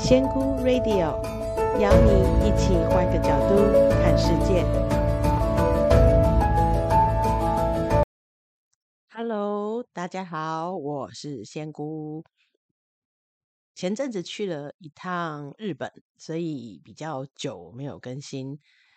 仙姑 Radio 邀你一起换个角度看世界。Hello， 大家好，我是仙姑。前阵子去了一趟日本，所以比较久没有更新。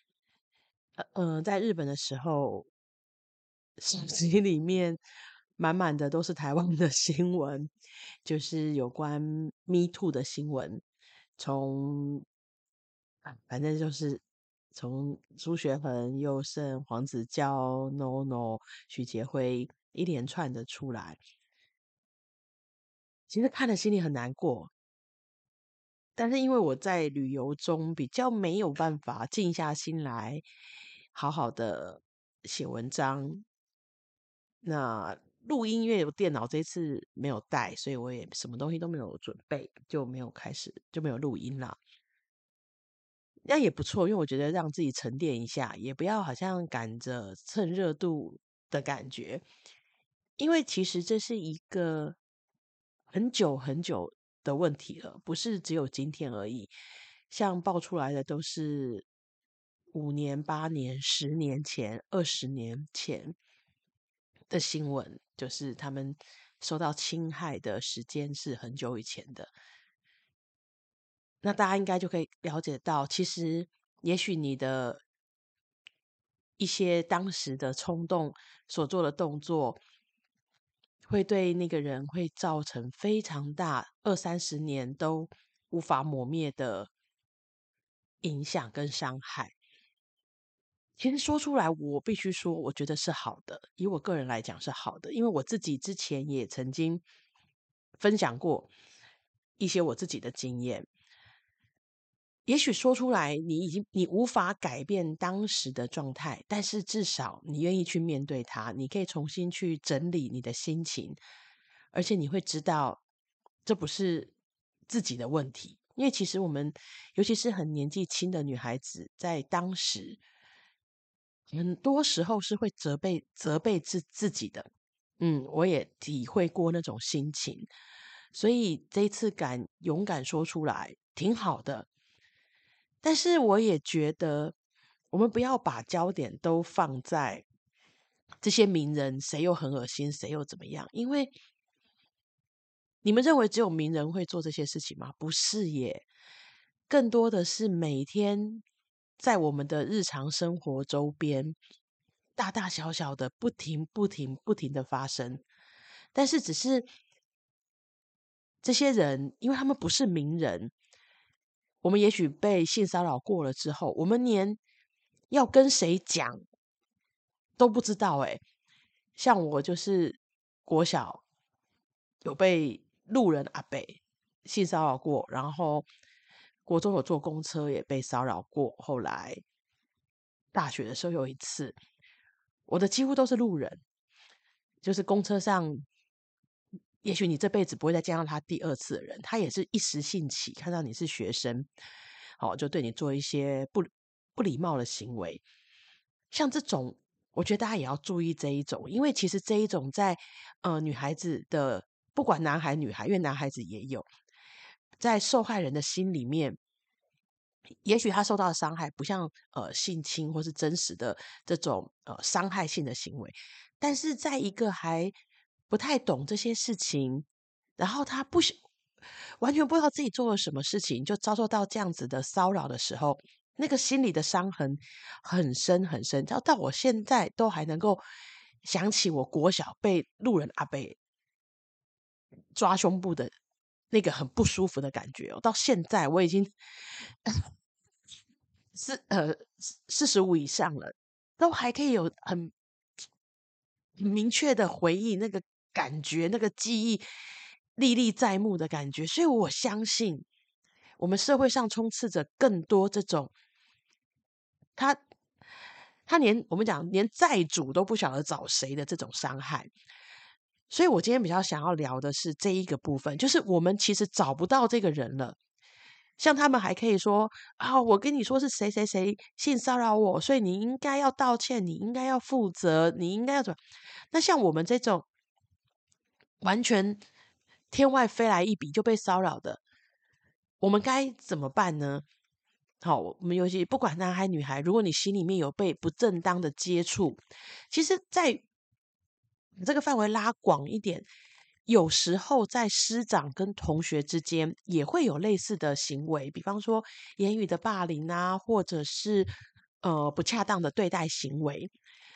在日本的时候，手机里面满满的都是台湾的新闻，就是有关 Me Too 的新闻。反正就是从朱学恒、佑胜、黄子佼、NONO、许杰辉一连串的出来，其实看了心里很难过。但是因为我在旅游中比较没有办法静下心来，好好的写文章。那录音乐有电脑这次没有带，所以我也什么东西都没有准备，就没有录音啦。那也不错，因为我觉得让自己沉淀一下，也不要好像赶着蹭热度的感觉。因为其实这是一个很久很久的问题了，不是只有今天而已。像爆出来的都是5年、8年、10年前、20年前的新闻，就是他们受到侵害的时间是很久以前的。那大家应该就可以了解到，其实也许你的一些当时的冲动所做的动作，会对那个人会造成非常大20-30年都无法磨灭的影响跟伤害。其实说出来，我必须说，我觉得是好的。以我个人来讲是好的，因为我自己之前也曾经分享过一些我自己的经验。也许说出来，你无法改变当时的状态，但是至少你愿意去面对它，你可以重新去整理你的心情，而且你会知道这不是自己的问题。因为其实我们，尤其是很年纪轻的女孩子，在当时很多时候是会责备自己的。我也体会过那种心情，所以这一次敢勇敢说出来，挺好的。但是我也觉得，我们不要把焦点都放在这些名人谁又很恶心，谁又怎么样？因为你们认为只有名人会做这些事情吗？不是耶，更多的是每天在我们的日常生活周边，大大小小的不停的发生。但是只是这些人，因为他们不是名人，我们也许被性骚扰过了之后，我们连要跟谁讲都不知道诶。像我就是国小有被路人阿伯性骚扰过，然后国中有坐公车也被骚扰过，后来大学的时候有一次，我的几乎都是路人，就是公车上，也许你这辈子不会再见到他第二次的人，他也是一时兴起，看到你是学生，就对你做一些不礼貌的行为。像这种，我觉得大家也要注意这一种，因为其实这一种在女孩子的，不管男孩女孩，因为男孩子也有，在受害人的心里面，也许他受到的伤害不像性侵或是真实的这种伤害性的行为，但是在一个还不太懂这些事情，然后他完全不知道自己做了什么事情，就遭受到这样子的骚扰的时候，那个心里的伤痕很深很深，到我现在都还能够想起我国小被路人阿伯抓胸部的那个很不舒服的感觉哦。到现在我已经45以上了，都还可以有很明确的回忆，那个感觉，那个记忆历历在目的感觉。所以我相信，我们社会上充斥着更多这种，他他连我们讲连债主都不晓得找谁的这种伤害。所以我今天比较想要聊的是这一个部分，就是我们其实找不到这个人了。像他们还可以说啊，我跟你说是谁谁谁性骚扰我，所以你应该要道歉，你应该要负责，你应该要怎么？那像我们这种完全天外飞来一笔就被骚扰的， 我们该怎么办呢？好，我们尤其不管男孩女孩，如果你心里面有被不正当的接触，其实在这个范围拉广一点，有时候在师长跟同学之间也会有类似的行为，比方说言语的霸凌啊，或者是不恰当的对待行为。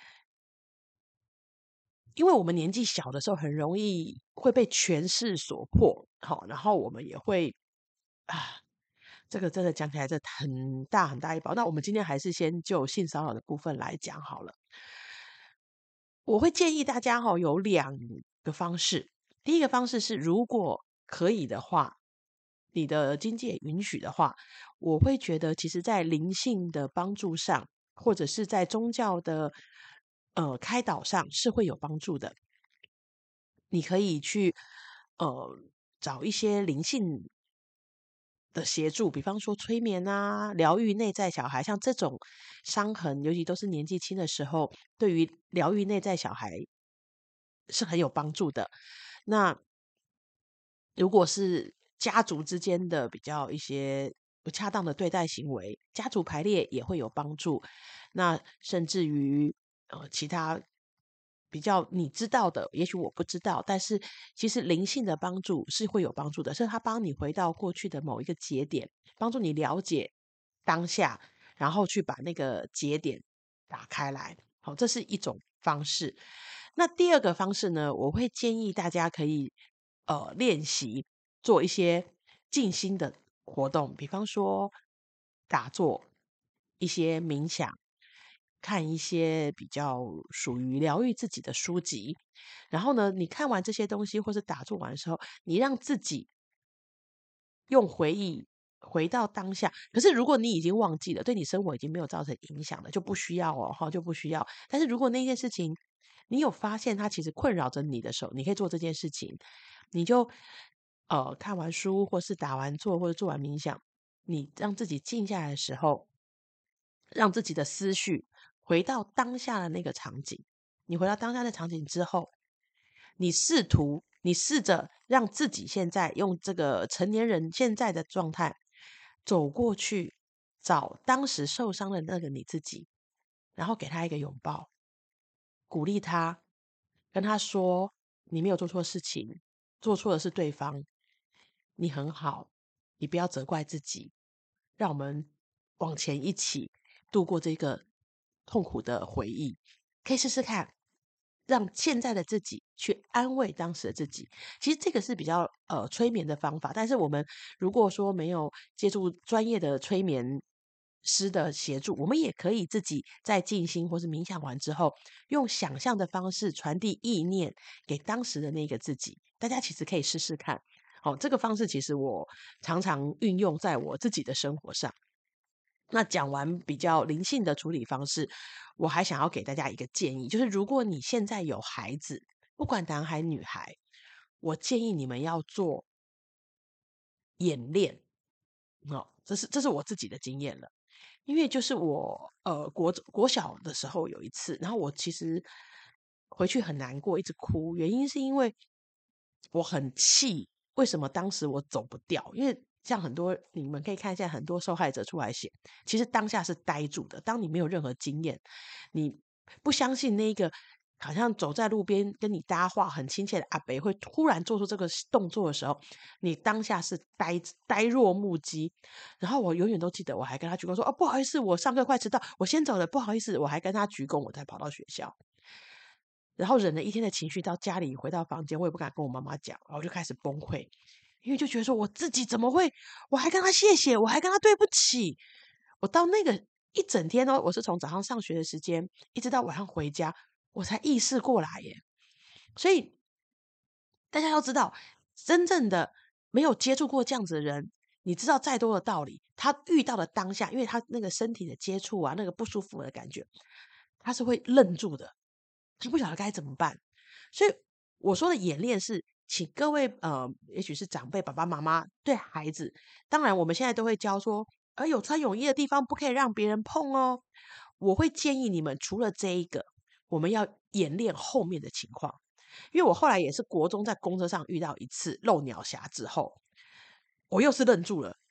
因为我们年纪小的时候，很容易会被权势所迫，好，然后我们也会啊，这个真的讲起来这很大很大一包。那我们今天还是先就性骚扰的部分来讲好了。我会建议大家哈，有2个方式。第一个方式是，如果可以的话，你的经济也允许的话，我会觉得其实在灵性的帮助上，或者是在宗教的开导上是会有帮助的。你可以去呃找一些灵性的协助，比方说催眠啊、疗愈内在小孩，像这种伤痕，尤其都是年纪轻的时候，对于疗愈内在小孩是很有帮助的。那如果是家族之间的比较一些不恰当的对待行为，家族排列也会有帮助。那甚至于其他比较你知道的，也许我不知道，但是其实灵性的帮助是会有帮助的，是它帮你回到过去的某一个节点，帮助你了解当下，然后去把那个节点打开来。好，这是一种方式。那第二个方式呢，我会建议大家可以练习做一些静心的活动，比方说打坐、一些冥想、看一些比较属于疗愈自己的书籍。然后呢，你看完这些东西或是打坐完的时候，你让自己用回忆回到当下。可是如果你已经忘记了，对你生活已经没有造成影响了，就不需要哦，哈，就不需要。但是如果那件事情你有发现它其实困扰着你的时候，你可以做这件事情。你就看完书，或是打完坐，或者做完冥想，你让自己静下来的时候，让自己的思绪回到当下的那个场景。你回到当下的场景之后，你试着让自己现在用这个成年人现在的状态走过去，找当时受伤的那个你自己，然后给他一个拥抱，鼓励他，跟他说你没有做错事情，做错的是对方，你很好，你不要责怪自己，让我们往前一起度过这个痛苦的回忆。可以试试看，让现在的自己去安慰当时的自己。其实这个是比较催眠的方法，但是我们如果说没有接触专业的催眠师的协助，我们也可以自己在静心或是冥想完之后，用想象的方式传递意念给当时的那个自己。大家其实可以试试看。好，这个方式其实我常常运用在我自己的生活上。那讲完比较灵性的处理方式，我还想要给大家一个建议，就是如果你现在有孩子，不管男孩女孩，我建议你们要做演练。哦，这是我自己的经验了。因为就是我国小的时候有一次，然后我其实回去很难过，一直哭，原因是因为我很气，为什么当时我走不掉？因为像很多你们可以看一下，很多受害者出来写，其实当下是呆住的。当你没有任何经验，你不相信那个好像走在路边跟你搭话很亲切的阿伯会突然做出这个动作的时候，你当下是呆若木鸡。然后我永远都记得，我还跟他鞠躬说：“哦，不好意思，我上课快迟到，我先走了，不好意思。”我还跟他鞠躬，我才跑到学校。然后忍了一天的情绪，到家里回到房间，我也不敢跟我妈妈讲，然后就开始崩溃，因为就觉得说我自己怎么会，我还跟他谢谢，我还跟他对不起。我到那个一整天哦，我是从早上上学的时间，一直到晚上回家，我才意识过来耶。所以大家要知道，真正的没有接触过这样子的人，你知道再多的道理，他遇到的当下，因为他那个身体的接触啊，那个不舒服的感觉，他是会愣住的，他不晓得该怎么办。所以我说的演练是，请各位也许是长辈、爸爸妈妈对孩子，当然我们现在都会教说，有穿泳衣的地方不可以让别人碰哦。我会建议你们，除了这一个，我们要演练后面的情况。因为我后来也是国中在公车上遇到一次漏鸟侠之后，我又是愣住了。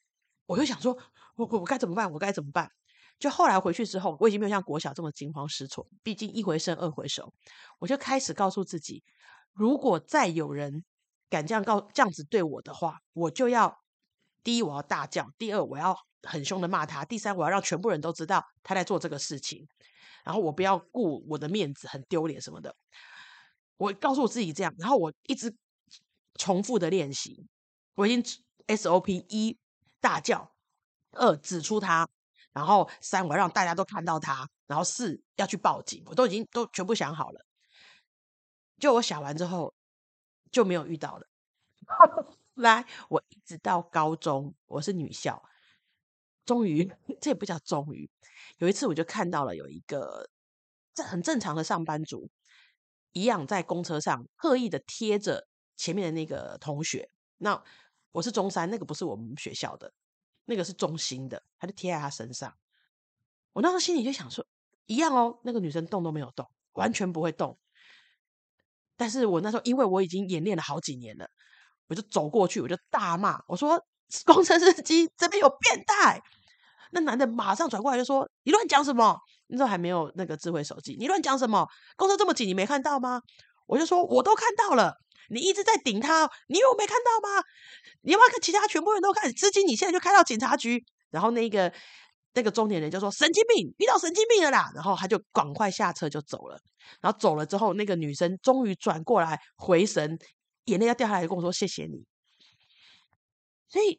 我就想说，我该怎么办？我该怎么办？就后来回去之后，我已经没有像国小这么惊慌失措，毕竟一回生二回熟，我就开始告诉自己，如果再有人敢这样子对我的话，我就要第一我要大叫，第二我要很凶的骂他，第三我要让全部人都知道他在做这个事情，然后我不要顾我的面子，很丢脸什么的。我告诉我自己这样，然后我一直重复的练习，我已经 SOP 一大叫，二指出他，然后三我要让大家都看到他，然后四要去报警，我都已经都全部想好了。就我想完之后就没有遇到了。来，我一直到高中，我是女校，终于这也不叫终于，有一次我就看到了有一个这很正常的上班族，一样在公车上刻意的贴着前面的那个同学。那我是中山，那个不是我们学校的，那个是中心的，他就贴在他身上。我那时候心里就想说，一样哦，那个女生动都没有动，完全不会动。但是我那时候因为我已经演练了好几年了，我就走过去，我就大骂，我说：“工程司机这边有变态！”那男的马上转过来就说：“你乱讲什么？”那时候还没有那个智慧手机，你乱讲什么？公车这么紧，你没看到吗？我就说我都看到了，你一直在顶他，你以为我没看到吗？你要不要看其他全部人都看？司机，你现在就开到警察局。然后那个中年人就说神经病，遇到神经病了啦。然后他就赶快下车就走了。然后走了之后，那个女生终于转过来回神，眼泪要掉下来，就跟我说谢谢你。所以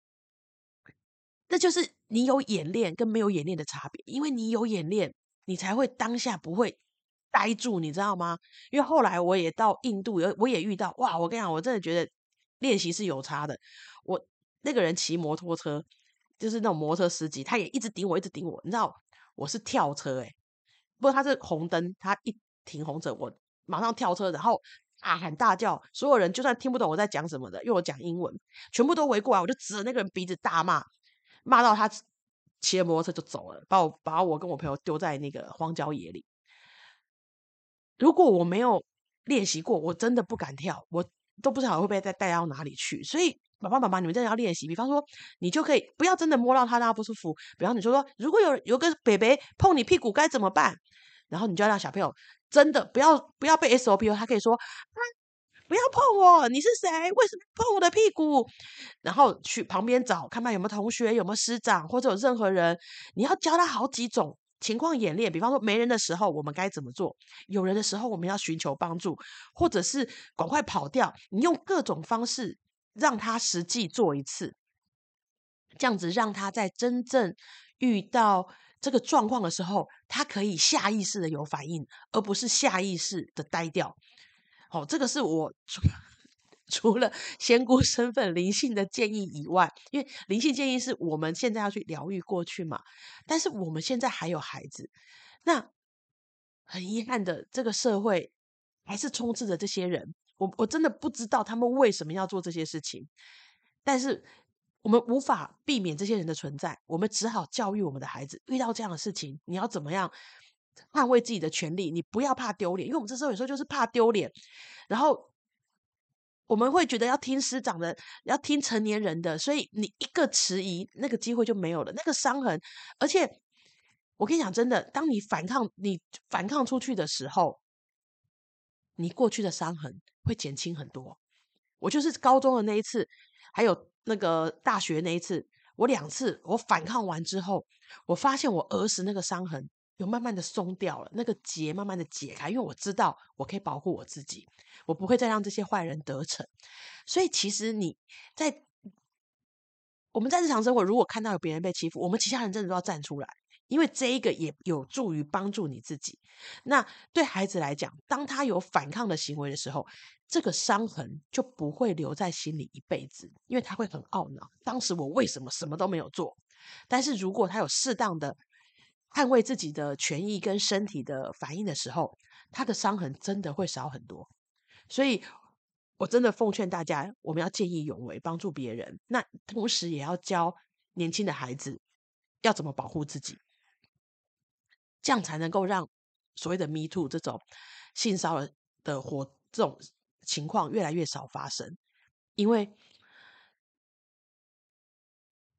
这就是你有演练跟没有演练的差别，因为你有演练，你才会当下不会呆住，你知道吗？因为后来我也到印度，我也遇到，哇！我跟你讲，我真的觉得练习是有差的。我那个人骑摩托车，就是那种摩托车司机，他也一直顶我，一直顶我。你知道我是跳车不过他是红灯，他一停红灯，我马上跳车，然后大喊大叫，所有人就算听不懂我在讲什么的，因为我讲英文，全部都围过来，我就指着那个人鼻子大骂，骂到他骑着摩托车就走了，把我跟我朋友丢在那个荒郊野里。如果我没有练习过，我真的不敢跳，我都不知道会被带到哪里去。所以爸爸妈妈，你们真的要练习。比方说，你就可以不要真的摸到他让他不舒服。比方你说，如果有个北北碰你屁股该怎么办？然后你就要让小朋友真的不要被 SOP 哦，他可以说啊，不要碰我，你是谁？为什么碰我的屁股？然后去旁边找，看看有没有同学、有没有师长，或者有任何人，你要教他好几种情况演练。比方说，没人的时候我们该怎么做？有人的时候我们要寻求帮助，或者是赶快跑掉。你用各种方式让他实际做一次，这样子让他在真正遇到这个状况的时候，他可以下意识的有反应，而不是下意识的呆掉。好，这个是我除了仙姑身份灵性的建议以外，因为灵性建议是我们现在要去疗愈过去嘛，但是我们现在还有孩子，那很遗憾的，这个社会还是充斥着这些人。我真的不知道他们为什么要做这些事情，但是我们无法避免这些人的存在，我们只好教育我们的孩子，遇到这样的事情，你要怎么样捍卫自己的权利，你不要怕丢脸，因为我们这时候有时候就是怕丢脸，然后我们会觉得要听师长的，要听成年人的，所以你一个迟疑，那个机会就没有了，那个伤痕。而且我跟你讲，真的，当你反抗出去的时候，你过去的伤痕会减轻很多。我就是高中的那一次，还有那个大学那一次，我2次我反抗完之后，我发现我儿时那个伤痕有慢慢的松掉了，那个结慢慢的解开，因为我知道我可以保护我自己，我不会再让这些坏人得逞。所以其实在我们在日常生活，如果看到有别人被欺负，我们其他人真的都要站出来，因为这一个也有助于帮助你自己。那对孩子来讲，当他有反抗的行为的时候，这个伤痕就不会留在心里一辈子，因为他会很懊恼，当时我为什么什么都没有做？但是如果他有适当的捍卫自己的权益跟身体的反应的时候，他的伤痕真的会少很多。所以我真的奉劝大家，我们要见义勇为，帮助别人。那同时也要教年轻的孩子要怎么保护自己，这样才能够让所谓的 Me Too 这种性骚扰这种情况越来越少发生。因为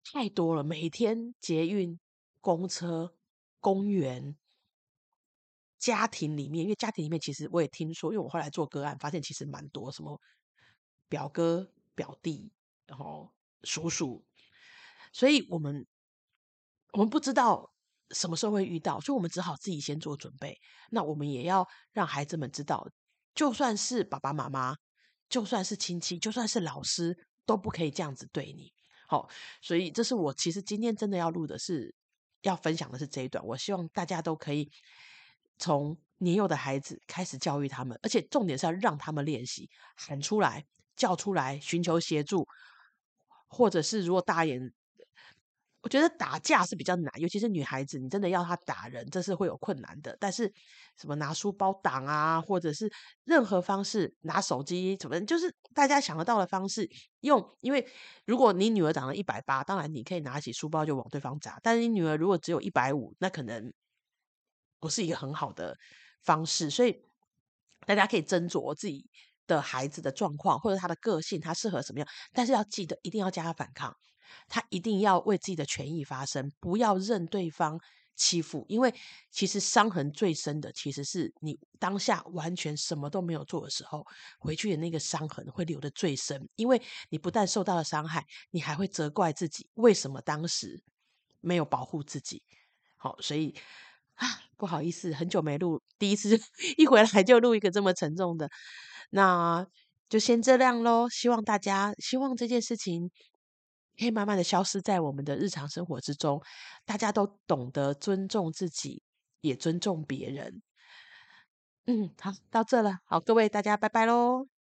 太多了，每天捷运、公车、公园、家庭里面，因为家庭里面其实我也听说，因为我后来做个案，发现其实蛮多什么表哥、表弟，然后叔叔，所以我们不知道什么时候会遇到，所以我们只好自己先做准备。那我们也要让孩子们知道，就算是爸爸妈妈，就算是亲戚，就算是老师，都不可以这样子对你。好，所以这是我其实今天真的要录的是，要分享的是这一段。我希望大家都可以从年幼的孩子开始教育他们，而且重点是要让他们练习喊出来、叫出来、寻求协助，或者是如果大人我觉得打架是比较难，尤其是女孩子，你真的要她打人，这是会有困难的。但是什么拿书包挡啊，或者是任何方式拿手机，怎么就是大家想得到的方式用。因为如果你女儿长了180，当然你可以拿起书包就往对方砸。但是你女儿如果只有150，那可能不是一个很好的方式。所以大家可以斟酌自己的孩子的状况，或者他的个性，他适合什么样。但是要记得，一定要加他反抗。他一定要为自己的权益发声，不要任对方欺负。因为其实伤痕最深的，其实是你当下完全什么都没有做的时候，回去的那个伤痕会留得最深。因为你不但受到了伤害，你还会责怪自己为什么当时没有保护自己。好，所以不好意思，很久没录，第一次一回来就录一个这么沉重的，那就先这样咯。希望这件事情可以慢慢的消失在我们的日常生活之中，大家都懂得尊重自己，也尊重别人。好，到这了，好，各位大家拜拜喽。